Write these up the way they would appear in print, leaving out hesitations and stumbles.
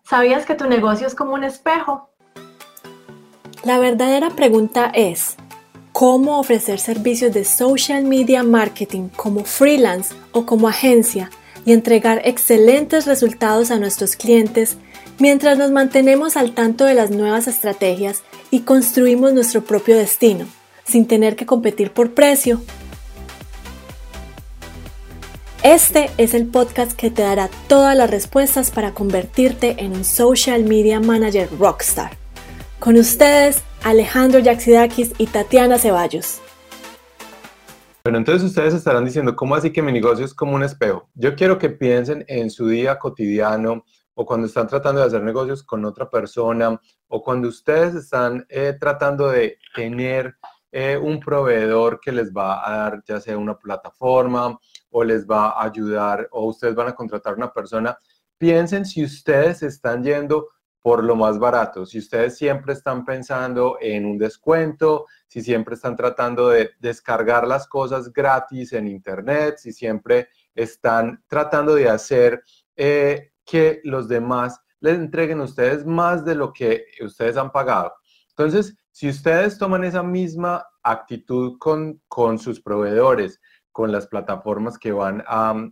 ¿Sabías que tu negocio es como un espejo? La verdadera pregunta es, ¿cómo ofrecer servicios de social media marketing como freelance o como agencia y entregar excelentes resultados a nuestros clientes mientras nos mantenemos al tanto de las nuevas estrategias y construimos nuestro propio destino, sin tener que competir por precio? Este es el podcast que te dará todas las respuestas para convertirte en un social media manager rockstar. Con ustedes, Alejandro Yaxidakis y Tatiana Ceballos. Bueno, entonces ustedes estarán diciendo, ¿cómo así que mi negocio es como un espejo? Yo quiero que piensen en su día cotidiano o cuando están tratando de hacer negocios con otra persona o cuando ustedes están tratando de tener un proveedor que les va a dar ya sea una plataforma o les va a ayudar o ustedes van a contratar una persona. Piensen si ustedes están yendo por lo más barato, si ustedes siempre están pensando en un descuento, si siempre están tratando de descargar las cosas gratis en internet, si siempre están tratando de hacer que los demás les entreguen a ustedes más de lo que ustedes han pagado. Entonces, si ustedes toman esa misma actitud con sus proveedores, con las plataformas que van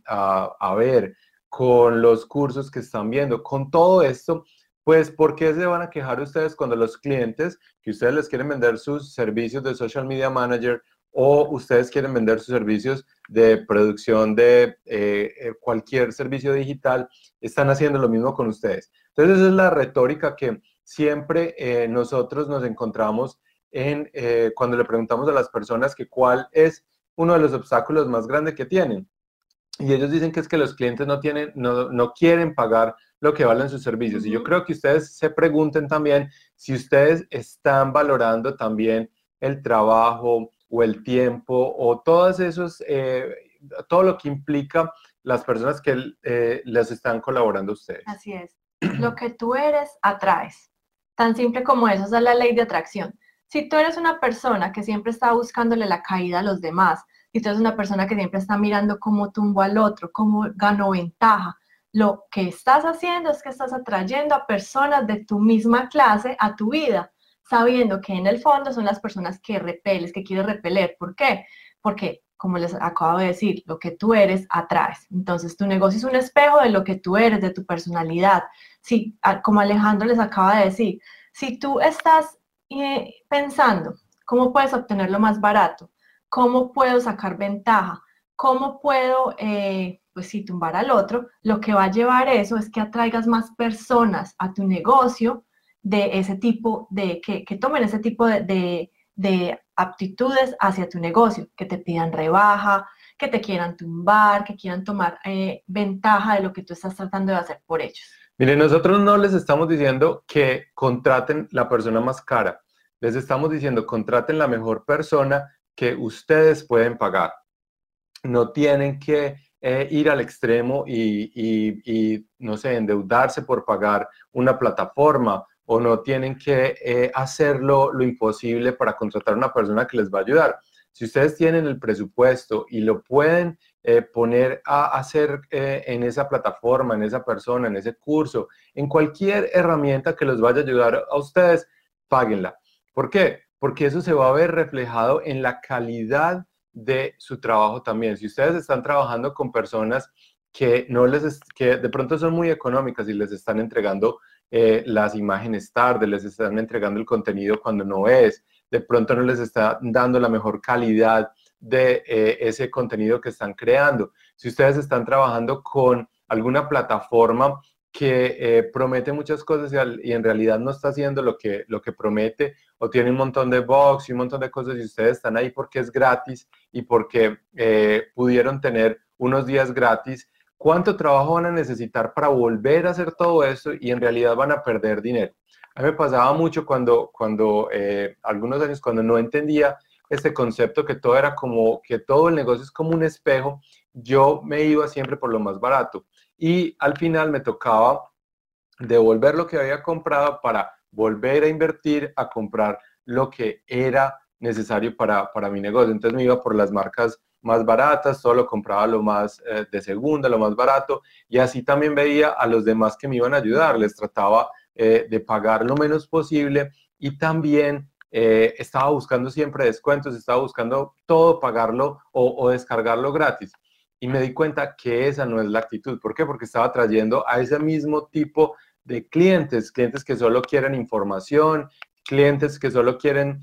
a ver, con los cursos que están viendo, con todo esto, pues, ¿por qué se van a quejar ustedes cuando los clientes que ustedes les quieren vender sus servicios de social media manager o ustedes quieren vender sus servicios de producción de cualquier servicio digital, están haciendo lo mismo con ustedes? Entonces, esa es la retórica que siempre nosotros nos encontramos cuando le preguntamos a las personas que cuál es uno de los obstáculos más grandes que tienen. Y ellos dicen que es que los clientes no quieren pagar lo que valen sus servicios. Y yo creo que ustedes se pregunten también si ustedes están valorando también el trabajo o el tiempo o todos esos, todo lo que implica las personas que les están colaborando a ustedes. Así es. Lo que tú eres, atraes. Tan simple como eso, esa es la ley de atracción. Si tú eres una persona que siempre está buscándole la caída a los demás, si tú eres una persona que siempre está mirando cómo tumbo al otro, cómo gano ventaja, lo que estás haciendo es que estás atrayendo a personas de tu misma clase a tu vida, sabiendo que en el fondo son las personas que repeles, que quieres repeler. ¿Por qué? Porque, como les acabo de decir, lo que tú eres, atraes. Entonces, tu negocio es un espejo de lo que tú eres, de tu personalidad. Sí, como Alejandro les acaba de decir, si tú estás pensando cómo puedes obtenerlo más barato, cómo puedo sacar ventaja, cómo puedo, pues sí, tumbar al otro, lo que va a llevar eso es que atraigas más personas a tu negocio de ese tipo, que tomen ese tipo de aptitudes hacia tu negocio, que te pidan rebaja, que te quieran tumbar, que quieran tomar ventaja de lo que tú estás tratando de hacer por ellos. Miren, nosotros no les estamos diciendo que contraten la persona más cara, les estamos diciendo contraten la mejor persona que ustedes pueden pagar. No tienen que ir al extremo y, no sé, endeudarse por pagar una plataforma o no tienen que hacerlo lo imposible para contratar a una persona que les va a ayudar. Si ustedes tienen el presupuesto y lo pueden poner a hacer en esa plataforma, en esa persona, en ese curso, en cualquier herramienta que les vaya a ayudar a ustedes, páguenla. ¿Por qué? Porque eso se va a ver reflejado en la calidad de su trabajo también. Si ustedes están trabajando con personas que que de pronto son muy económicas y les están entregando las imágenes tarde, les están entregando el contenido cuando no es, de pronto no les está dando la mejor calidad de ese contenido que están creando. Si ustedes están trabajando con alguna plataforma que promete muchas cosas y en realidad no está haciendo lo que promete o tiene un montón de bugs y un montón de cosas y ustedes están ahí porque es gratis y porque pudieron tener unos días gratis, ¿cuánto trabajo van a necesitar para volver a hacer todo eso y en realidad van a perder dinero? A mí me pasaba mucho cuando algunos años, cuando no entendía este concepto que todo era como, que todo el negocio es como un espejo, yo me iba siempre por lo más barato y al final me tocaba devolver lo que había comprado para volver a invertir, a comprar lo que era necesario para mi negocio. Entonces me iba por las marcas más baratas, todo lo compraba lo más de segunda, lo más barato, y así también veía a los demás que me iban a ayudar, les trataba de pagar lo menos posible y también estaba buscando siempre descuentos, estaba buscando todo pagarlo o descargarlo gratis. Y me di cuenta que esa no es la actitud. ¿Por qué? Porque estaba trayendo a ese mismo tipo de clientes, clientes que solo quieren información, clientes que solo quieren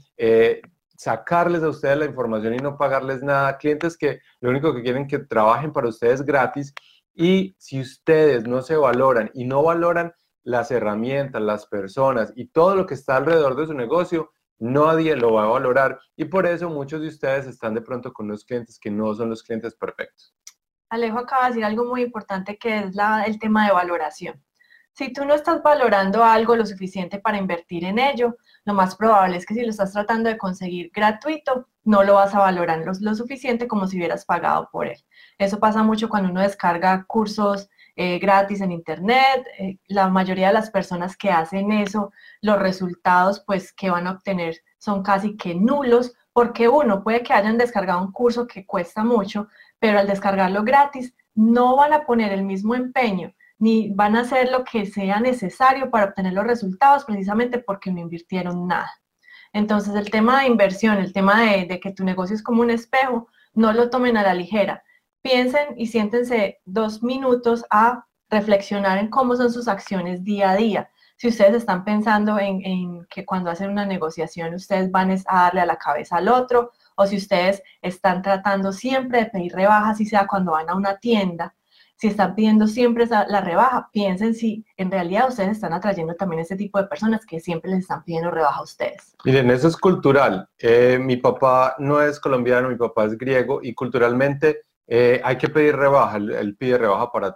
sacarles a ustedes la información y no pagarles nada, clientes que lo único que quieren que trabajen para ustedes gratis. Y si ustedes no se valoran y no valoran las herramientas, las personas y todo lo que está alrededor de su negocio, nadie lo va a valorar. Y por eso muchos de ustedes están de pronto con los clientes que no son los clientes perfectos. Alejo acaba de decir algo muy importante que es el tema de valoración. Si tú no estás valorando algo lo suficiente para invertir en ello, lo más probable es que si lo estás tratando de conseguir gratuito, no lo vas a valorar lo suficiente como si hubieras pagado por él. Eso pasa mucho cuando uno descarga cursos gratis en internet. La mayoría de las personas que hacen eso, los resultados pues que van a obtener son casi que nulos, porque uno puede que hayan descargado un curso que cuesta mucho, pero al descargarlo gratis no van a poner el mismo empeño ni van a hacer lo que sea necesario para obtener los resultados precisamente porque no invirtieron nada. Entonces el tema de inversión, el tema de que tu negocio es como un espejo, no lo tomen a la ligera. Piensen y siéntense 2 minutos a reflexionar en cómo son sus acciones día a día. Si ustedes están pensando en que cuando hacen una negociación ustedes van a darle a la cabeza al otro, o si ustedes están tratando siempre de pedir rebajas, si sea cuando van a una tienda, si están pidiendo siempre la rebaja, piensen si en realidad ustedes están atrayendo también a ese tipo de personas que siempre les están pidiendo rebaja a ustedes. Miren, eso es cultural. Mi papá no es colombiano, mi papá es griego y culturalmente hay que pedir rebaja. Él pide rebaja para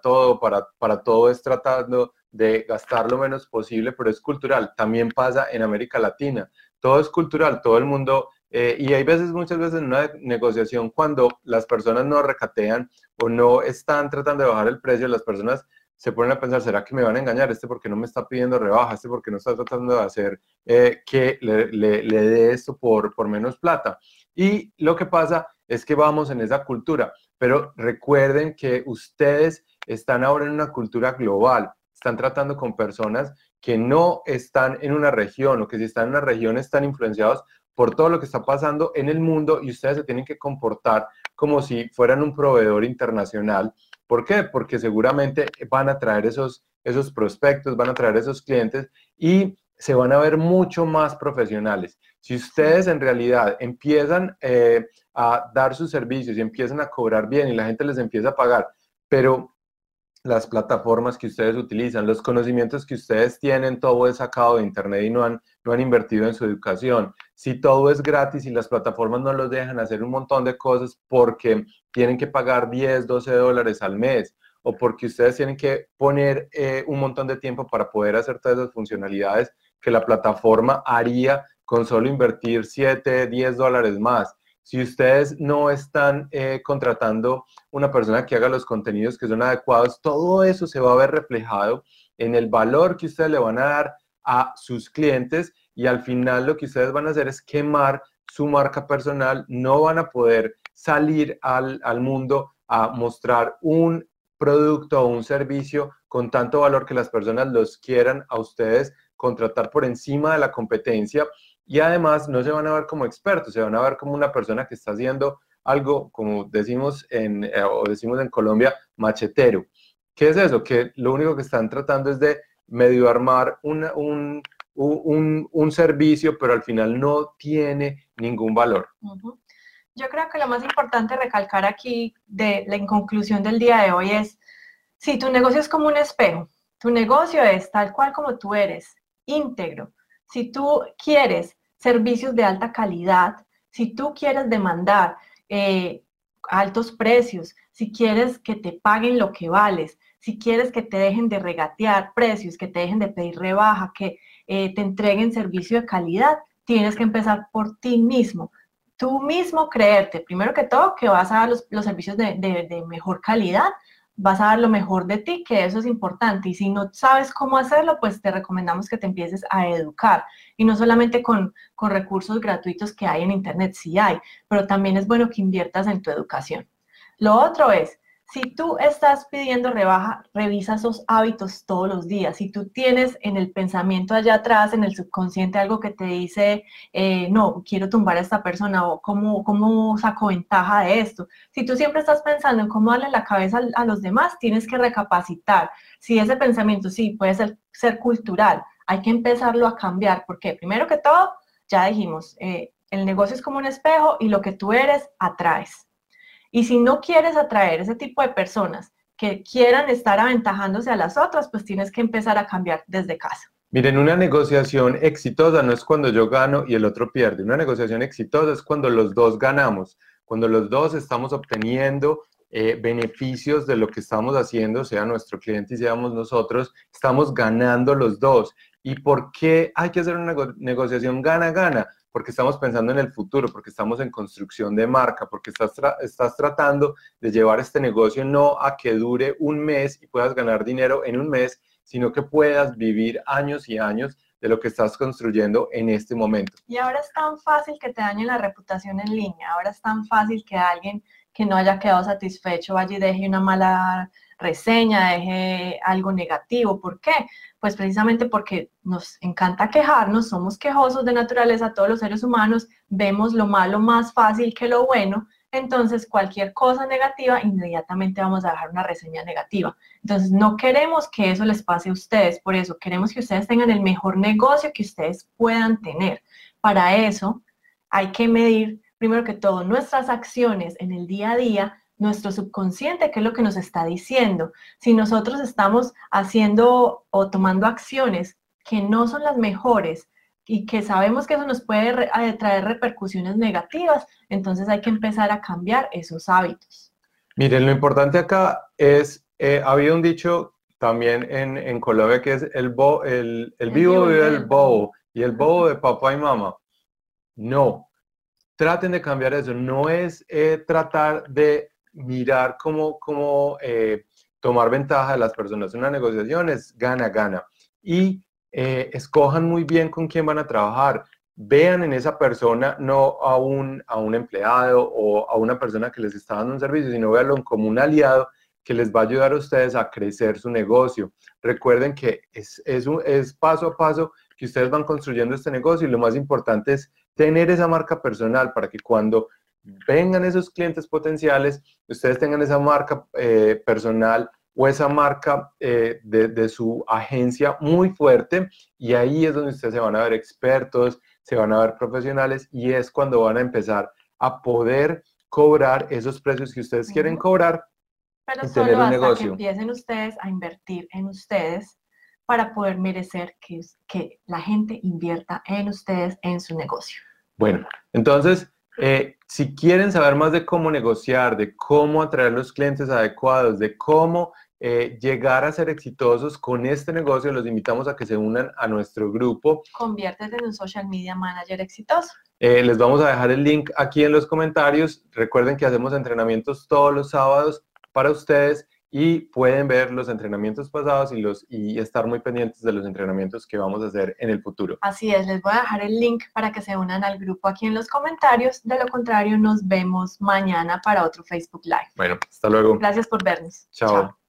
todo es tratando de gastar lo menos posible, pero es cultural. También pasa en América Latina. Todo es cultural, todo el mundo... y hay muchas veces en una negociación cuando las personas no recatean o no están tratando de bajar el precio, las personas se ponen a pensar, ¿será que me van a engañar? ¿Porque no me está pidiendo rebaja? ¿Porque no está tratando de hacer que le dé esto por menos plata? Y lo que pasa es que vamos en esa cultura, pero recuerden que ustedes están ahora en una cultura global, están tratando con personas que no están en una región o que si están en una región están influenciados por todo lo que está pasando en el mundo y ustedes se tienen que comportar como si fueran un proveedor internacional. ¿Por qué? Porque seguramente van a traer esos prospectos, van a traer esos clientes y se van a ver mucho más profesionales. Si ustedes en realidad empiezan a dar sus servicios y empiezan a cobrar bien y la gente les empieza a pagar, pero las plataformas que ustedes utilizan, los conocimientos que ustedes tienen, todo es sacado de internet y no han invertido en su educación. Si todo es gratis y las plataformas no los dejan hacer un montón de cosas porque tienen que pagar 10, 12 dólares al mes o porque ustedes tienen que poner un montón de tiempo para poder hacer todas esas funcionalidades que la plataforma haría con solo invertir 7, 10 dólares más. Si ustedes no están contratando una persona que haga los contenidos que son adecuados, todo eso se va a ver reflejado en el valor que ustedes le van a dar a sus clientes y al final lo que ustedes van a hacer es quemar su marca personal, no van a poder salir al mundo a mostrar un producto o un servicio con tanto valor que las personas los quieran a ustedes contratar por encima de la competencia. Y además no se van a ver como expertos, se van a ver como una persona que está haciendo algo, como decimos en Colombia, machetero. ¿Qué es eso? Que lo único que están tratando es de medio armar un servicio, pero al final no tiene ningún valor. Yo creo que lo más importante recalcar aquí en conclusión del día de hoy es, si tu negocio es como un espejo, tu negocio es tal cual como tú eres, íntegro. Si tú quieres servicios de alta calidad, si tú quieres demandar altos precios, si quieres que te paguen lo que vales, si quieres que te dejen de regatear precios, que te dejen de pedir rebaja, que te entreguen servicio de calidad, tienes que empezar por ti mismo. Tú mismo creerte, primero que todo, que vas a dar los servicios de mejor calidad, vas a dar lo mejor de ti, que eso es importante. Y si no sabes cómo hacerlo, pues te recomendamos que te empieces a educar. Y no solamente con recursos gratuitos que hay en Internet, sí hay, pero también es bueno que inviertas en tu educación. Lo otro es, si tú estás pidiendo rebaja, revisa esos hábitos todos los días. Si tú tienes en el pensamiento allá atrás, en el subconsciente, algo que te dice, no, quiero tumbar a esta persona o cómo saco ventaja de esto. Si tú siempre estás pensando en cómo darle la cabeza a los demás, tienes que recapacitar. Si ese pensamiento sí puede ser cultural, hay que empezarlo a cambiar. Porque primero que todo, ya dijimos, el negocio es como un espejo y lo que tú eres, atraes. Y si no quieres atraer ese tipo de personas que quieran estar aventajándose a las otras, pues tienes que empezar a cambiar desde casa. Miren, una negociación exitosa no es cuando yo gano y el otro pierde. Una negociación exitosa es cuando los dos ganamos, cuando los dos estamos obteniendo beneficios de lo que estamos haciendo, sea nuestro cliente y seamos nosotros, estamos ganando los dos. ¿Y por qué hay que hacer una negociación gana-gana? Porque estamos pensando en el futuro, porque estamos en construcción de marca, porque estás tratando de llevar este negocio no a que dure un mes y puedas ganar dinero en un mes, sino que puedas vivir años y años de lo que estás construyendo en este momento. Y ahora es tan fácil que te dañen la reputación en línea, ahora es tan fácil que alguien que no haya quedado satisfecho vaya y deje una mala reseña, deje algo negativo. ¿Por qué? Pues precisamente porque nos encanta quejarnos, somos quejosos de naturaleza, todos los seres humanos, vemos lo malo más fácil que lo bueno, entonces cualquier cosa negativa, inmediatamente vamos a dejar una reseña negativa. Entonces no queremos que eso les pase a ustedes, por eso queremos que ustedes tengan el mejor negocio que ustedes puedan tener. Para eso hay que medir, primero que todo, nuestras acciones en el día a día, nuestro subconsciente, qué es lo que nos está diciendo. Si nosotros estamos haciendo o tomando acciones que no son las mejores y que sabemos que eso nos puede traer repercusiones negativas, entonces hay que empezar a cambiar esos hábitos. Miren, lo importante acá es, ha habido un dicho también en Colombia que es el vivo vive el bobo y el bobo de papá y mamá. No, traten de cambiar eso, no es tratar de mirar cómo tomar ventaja de las personas. Una negociación es gana-gana. Y escojan muy bien con quién van a trabajar. Vean en esa persona no a un empleado o a una persona que les está dando un servicio, sino véanlo como un aliado que les va a ayudar a ustedes a crecer su negocio. Recuerden que es paso a paso que ustedes van construyendo este negocio y lo más importante es tener esa marca personal para que cuando vengan esos clientes potenciales, ustedes tengan esa marca personal o esa marca de su agencia muy fuerte y ahí es donde ustedes se van a ver expertos, se van a ver profesionales y es cuando van a empezar a poder cobrar esos precios que ustedes quieren cobrar. Pero solo hasta que empiecen ustedes a invertir en ustedes para poder merecer que la gente invierta en ustedes, en su negocio. Bueno, entonces, si quieren saber más de cómo negociar, de cómo atraer los clientes adecuados, de cómo llegar a ser exitosos con este negocio, los invitamos a que se unan a nuestro grupo. Conviértete en un social media manager exitoso. Les vamos a dejar el link aquí en los comentarios. Recuerden que hacemos entrenamientos todos los sábados para ustedes y pueden ver los entrenamientos pasados y estar muy pendientes de los entrenamientos que vamos a hacer en el futuro. Así es, les voy a dejar el link para que se unan al grupo aquí en los comentarios. De lo contrario, nos vemos mañana para otro Facebook Live. Bueno, hasta luego. Gracias por vernos. Chao.